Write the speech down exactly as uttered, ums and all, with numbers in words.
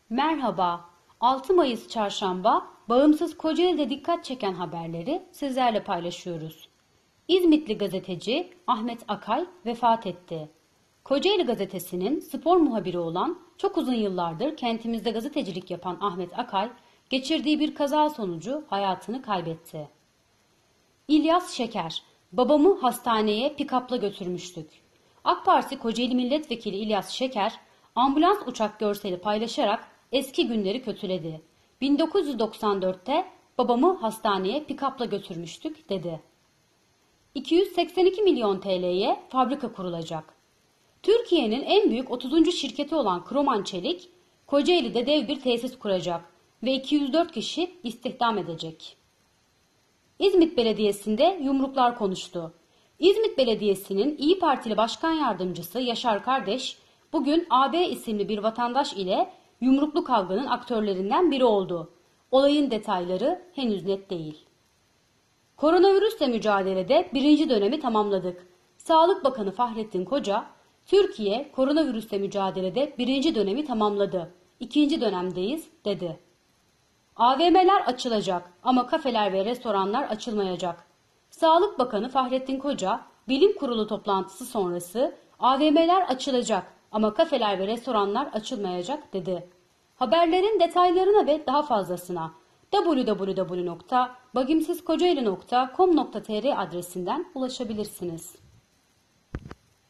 Merhaba, altı Mayıs Çarşamba, bağımsız Kocaeli'de dikkat çeken haberleri sizlerle paylaşıyoruz. İzmitli gazeteci Ahmet Akay vefat etti. Kocaeli Gazetesi'nin spor muhabiri olan, çok uzun yıllardır kentimizde gazetecilik yapan Ahmet Akay, geçirdiği bir kaza sonucu hayatını kaybetti. İlyas Şeker, babamı hastaneye pikapla götürmüştük. AK Parti Kocaeli Milletvekili İlyas Şeker, ambulans uçak görseli paylaşarak eski günleri kötüledi. bin dokuz yüz doksan dörtte babamı hastaneye pikapla götürmüştük dedi. iki yüz seksen iki milyon T L'ye fabrika kurulacak. Türkiye'nin en büyük otuzuncu şirketi olan Kroman Çelik, Kocaeli'de dev bir tesis kuracak ve iki yüz dört kişi istihdam edecek. İzmit Belediyesi'nde yumruklar konuştu. İzmit Belediyesi'nin İyi Partili Başkan Yardımcısı Yaşar Kardeş, bugün A B isimli bir vatandaş ile yumruklu kavganın aktörlerinden biri oldu. Olayın detayları henüz net değil. Koronavirüsle mücadelede birinci dönemi tamamladık. Sağlık Bakanı Fahrettin Koca, Türkiye koronavirüsle mücadelede birinci dönemi tamamladı. İkinci dönemdeyiz dedi. A V M'ler açılacak ama kafeler ve restoranlar açılmayacak. Sağlık Bakanı Fahrettin Koca, Bilim Kurulu toplantısı sonrası A V M'ler açılacak ama kafeler ve restoranlar açılmayacak dedi. Haberlerin detaylarına ve daha fazlasına w w w nokta bagimsizkocaeli nokta com nokta t r adresinden ulaşabilirsiniz.